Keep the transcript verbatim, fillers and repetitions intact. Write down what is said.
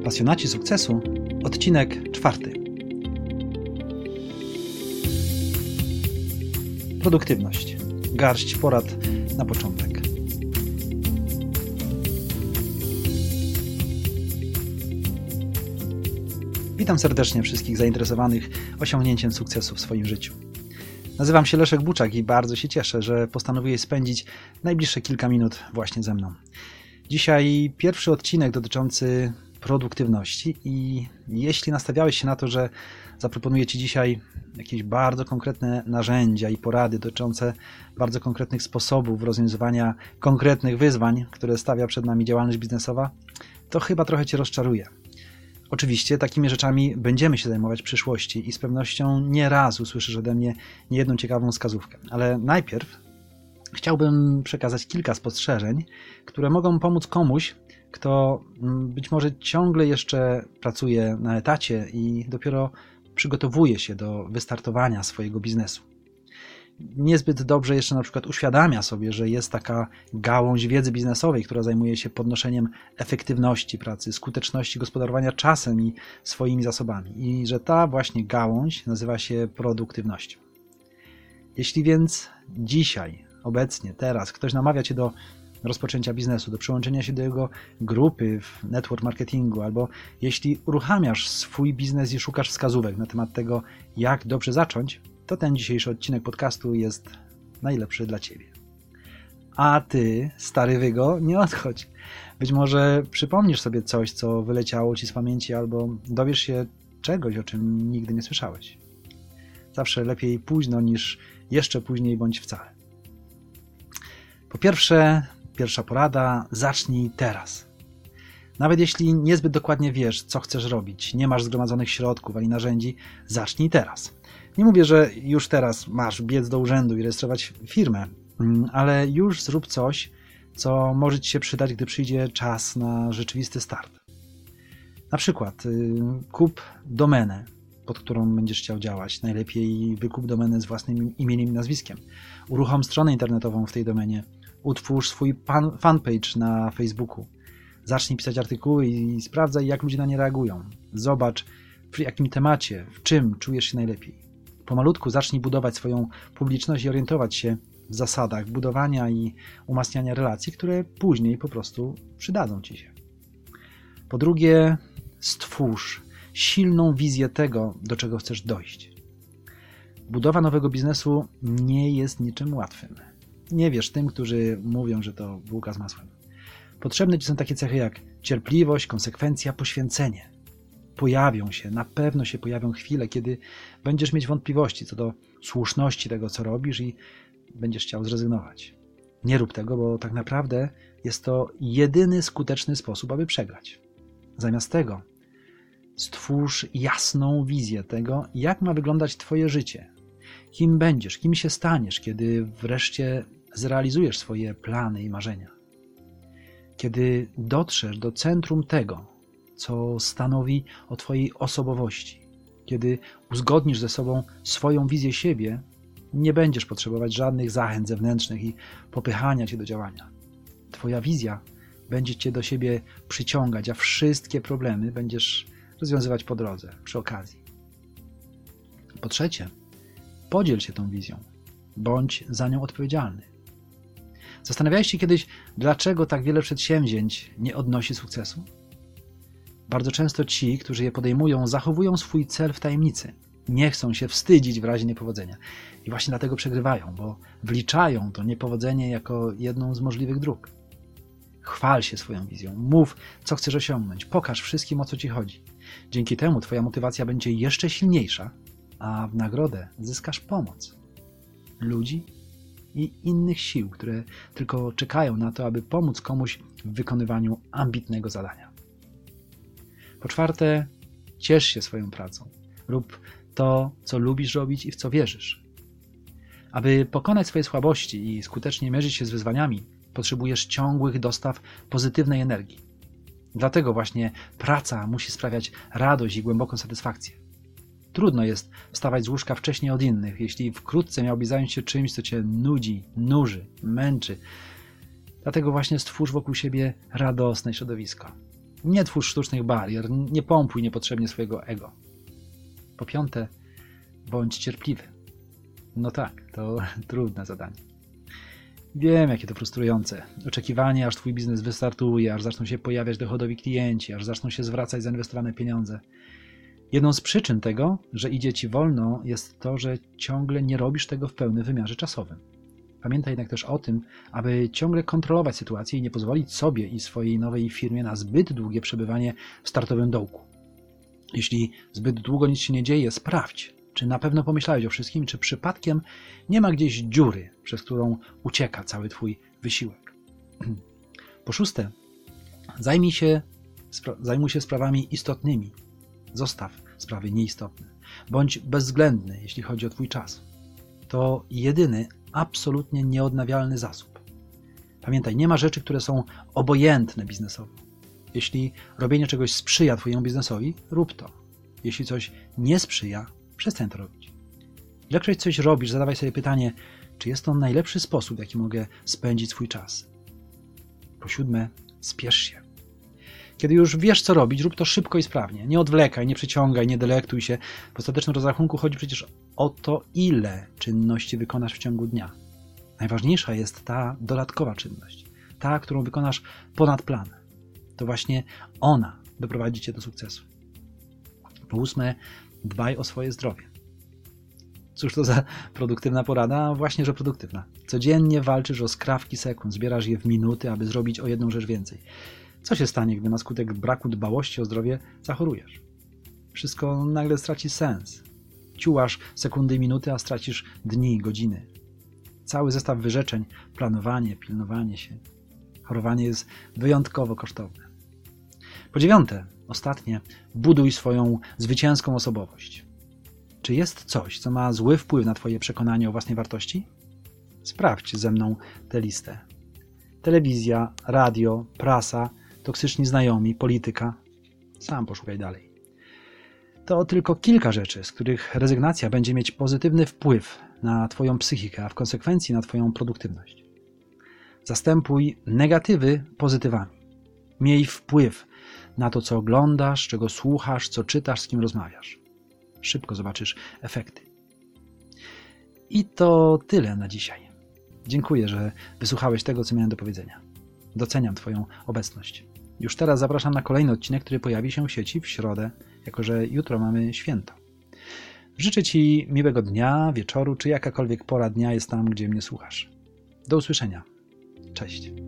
Pasjonaci sukcesu, odcinek czwarty. Produktywność. Garść porad na początek. Witam serdecznie wszystkich zainteresowanych osiągnięciem sukcesu w swoim życiu. Nazywam się Leszek Buczak i bardzo się cieszę, że postanowiłeś spędzić najbliższe kilka minut właśnie ze mną. Dzisiaj pierwszy odcinek dotyczący produktywności i jeśli nastawiałeś się na to, że zaproponuję Ci dzisiaj jakieś bardzo konkretne narzędzia i porady dotyczące bardzo konkretnych sposobów rozwiązywania konkretnych wyzwań, które stawia przed nami działalność biznesowa, to chyba trochę Cię rozczaruję. Oczywiście takimi rzeczami będziemy się zajmować w przyszłości i z pewnością nie raz usłyszysz ode mnie niejedną ciekawą wskazówkę. Ale najpierw chciałbym przekazać kilka spostrzeżeń, które mogą pomóc komuś, kto być może ciągle jeszcze pracuje na etacie i dopiero przygotowuje się do wystartowania swojego biznesu. Niezbyt dobrze jeszcze na przykład uświadamia sobie, że jest taka gałąź wiedzy biznesowej, która zajmuje się podnoszeniem efektywności pracy, skuteczności gospodarowania czasem i swoimi zasobami i że ta właśnie gałąź nazywa się produktywnością. Jeśli więc dzisiaj, obecnie, teraz ktoś namawia Cię do rozpoczęcia biznesu, do przyłączenia się do jego grupy w network marketingu, albo jeśli uruchamiasz swój biznes i szukasz wskazówek na temat tego, jak dobrze zacząć, to ten dzisiejszy odcinek podcastu jest najlepszy dla Ciebie. A Ty, stary wygo, nie odchodź. Być może przypomnisz sobie coś, co wyleciało Ci z pamięci, albo dowiesz się czegoś, o czym nigdy nie słyszałeś. Zawsze lepiej późno niż jeszcze później bądź wcale. Po pierwsze, pierwsza porada, zacznij teraz. Nawet jeśli niezbyt dokładnie wiesz, co chcesz robić, nie masz zgromadzonych środków ani narzędzi, zacznij teraz. Nie mówię, że już teraz masz biec do urzędu i rejestrować firmę, ale już zrób coś, co może Ci się przydać, gdy przyjdzie czas na rzeczywisty start. Na przykład kup domenę, pod którą będziesz chciał działać. Najlepiej wykup domenę z własnym imieniem i nazwiskiem. Uruchom stronę internetową w tej domenie. Utwórz swój pan, fanpage na Facebooku. Zacznij pisać artykuły i sprawdzaj, jak ludzie na nie reagują. Zobacz, w jakim temacie, w czym czujesz się najlepiej. Pomalutku zacznij budować swoją publiczność i orientować się w zasadach budowania i umacniania relacji, które później po prostu przydadzą Ci się. Po drugie, stwórz silną wizję tego, do czego chcesz dojść. Budowa nowego biznesu nie jest niczym łatwym. Nie wierz tym, którzy mówią, że to bułka z masłem. Potrzebne Ci są takie cechy jak cierpliwość, konsekwencja, poświęcenie. Pojawią się, na pewno się pojawią chwile, kiedy będziesz mieć wątpliwości co do słuszności tego, co robisz i będziesz chciał zrezygnować. Nie rób tego, bo tak naprawdę jest to jedyny skuteczny sposób, aby przegrać. Zamiast tego stwórz jasną wizję tego, jak ma wyglądać Twoje życie. Kim będziesz, kim się staniesz, kiedy wreszcie zrealizujesz swoje plany i marzenia. Kiedy dotrzesz do centrum tego, co stanowi o Twojej osobowości. Kiedy uzgodnisz ze sobą swoją wizję siebie, nie będziesz potrzebować żadnych zachęt zewnętrznych i popychania Cię do działania. Twoja wizja będzie Cię do siebie przyciągać, a wszystkie problemy będziesz rozwiązywać po drodze, przy okazji. Po trzecie, podziel się tą wizją. Bądź za nią odpowiedzialny. Zastanawiałeś się kiedyś, dlaczego tak wiele przedsięwzięć nie odnosi sukcesu? Bardzo często ci, którzy je podejmują, zachowują swój cel w tajemnicy. Nie chcą się wstydzić w razie niepowodzenia. I właśnie dlatego przegrywają, bo wliczają to niepowodzenie jako jedną z możliwych dróg. Chwal się swoją wizją, mów, co chcesz osiągnąć, pokaż wszystkim, o co Ci chodzi. Dzięki temu Twoja motywacja będzie jeszcze silniejsza, a w nagrodę zyskasz pomoc ludzi i innych sił, które tylko czekają na to, aby pomóc komuś w wykonywaniu ambitnego zadania. Po czwarte, ciesz się swoją pracą. Rób to, co lubisz robić i w co wierzysz. Aby pokonać swoje słabości i skutecznie mierzyć się z wyzwaniami, potrzebujesz ciągłych dostaw pozytywnej energii. Dlatego właśnie praca musi sprawiać radość i głęboką satysfakcję. Trudno jest wstawać z łóżka wcześniej od innych, jeśli wkrótce miałbyś zająć się czymś, co Cię nudzi, nuży, męczy. Dlatego właśnie stwórz wokół siebie radosne środowisko. Nie twórz sztucznych barier, nie pompuj niepotrzebnie swojego ego. Po piąte, bądź cierpliwy. No tak, to trudne zadanie. Wiem, jakie to frustrujące. Oczekiwanie, aż twój biznes wystartuje, aż zaczną się pojawiać dochodowi klienci, aż zaczną się zwracać zainwestowane pieniądze. Jedną z przyczyn tego, że idzie ci wolno, jest to, że ciągle nie robisz tego w pełnym wymiarze czasowym. Pamiętaj jednak też o tym, aby ciągle kontrolować sytuację i nie pozwolić sobie i swojej nowej firmie na zbyt długie przebywanie w startowym dołku. Jeśli zbyt długo nic się nie dzieje, sprawdź, czy na pewno pomyślałeś o wszystkim, czy przypadkiem nie ma gdzieś dziury, przez którą ucieka cały twój wysiłek. Po szóste, zajmij się, zajmuj się sprawami istotnymi. Zostaw sprawy nieistotne. Bądź bezwzględny, jeśli chodzi o twój czas. To jedyny, absolutnie nieodnawialny zasób. Pamiętaj, nie ma rzeczy, które są obojętne biznesowo. Jeśli robienie czegoś sprzyja twojemu biznesowi, rób to. Jeśli coś nie sprzyja, przestań to robić. Ilekroć coś robisz, zadawaj sobie pytanie, czy jest to najlepszy sposób, w jaki mogę spędzić swój czas. Po siódme, spiesz się. Kiedy już wiesz, co robić, rób to szybko i sprawnie. Nie odwlekaj, nie przyciągaj, nie delektuj się. W ostatecznym rozrachunku chodzi przecież o to, ile czynności wykonasz w ciągu dnia. Najważniejsza jest ta dodatkowa czynność. Ta, którą wykonasz ponad plan. To właśnie ona doprowadzi cię do sukcesu. Po ósme, dbaj o swoje zdrowie. Cóż to za produktywna porada? Właśnie, że produktywna. Codziennie walczysz o skrawki sekund, zbierasz je w minuty, aby zrobić o jedną rzecz więcej. Co się stanie, gdy na skutek braku dbałości o zdrowie zachorujesz? Wszystko nagle straci sens. Ciułasz sekundy i minuty, a stracisz dni, godziny. Cały zestaw wyrzeczeń, planowanie, pilnowanie się. Chorowanie jest wyjątkowo kosztowne. Po dziewiąte, ostatnie, buduj swoją zwycięską osobowość. Czy jest coś, co ma zły wpływ na twoje przekonanie o własnej wartości? Sprawdź ze mną tę listę. Telewizja, radio, prasa, toksyczni znajomi, polityka. Sam poszukaj dalej. To tylko kilka rzeczy, z których rezygnacja będzie mieć pozytywny wpływ na twoją psychikę, a w konsekwencji na twoją produktywność. Zastępuj negatywy pozytywami. Miej wpływ na to, co oglądasz, czego słuchasz, co czytasz, z kim rozmawiasz. Szybko zobaczysz efekty. I to tyle na dzisiaj. Dziękuję, że wysłuchałeś tego, co miałem do powiedzenia. Doceniam twoją obecność. Już teraz zapraszam na kolejny odcinek, który pojawi się w sieci w środę, jako że jutro mamy święto. Życzę ci miłego dnia, wieczoru, czy jakakolwiek pora dnia jest tam, gdzie mnie słuchasz. Do usłyszenia. Cześć.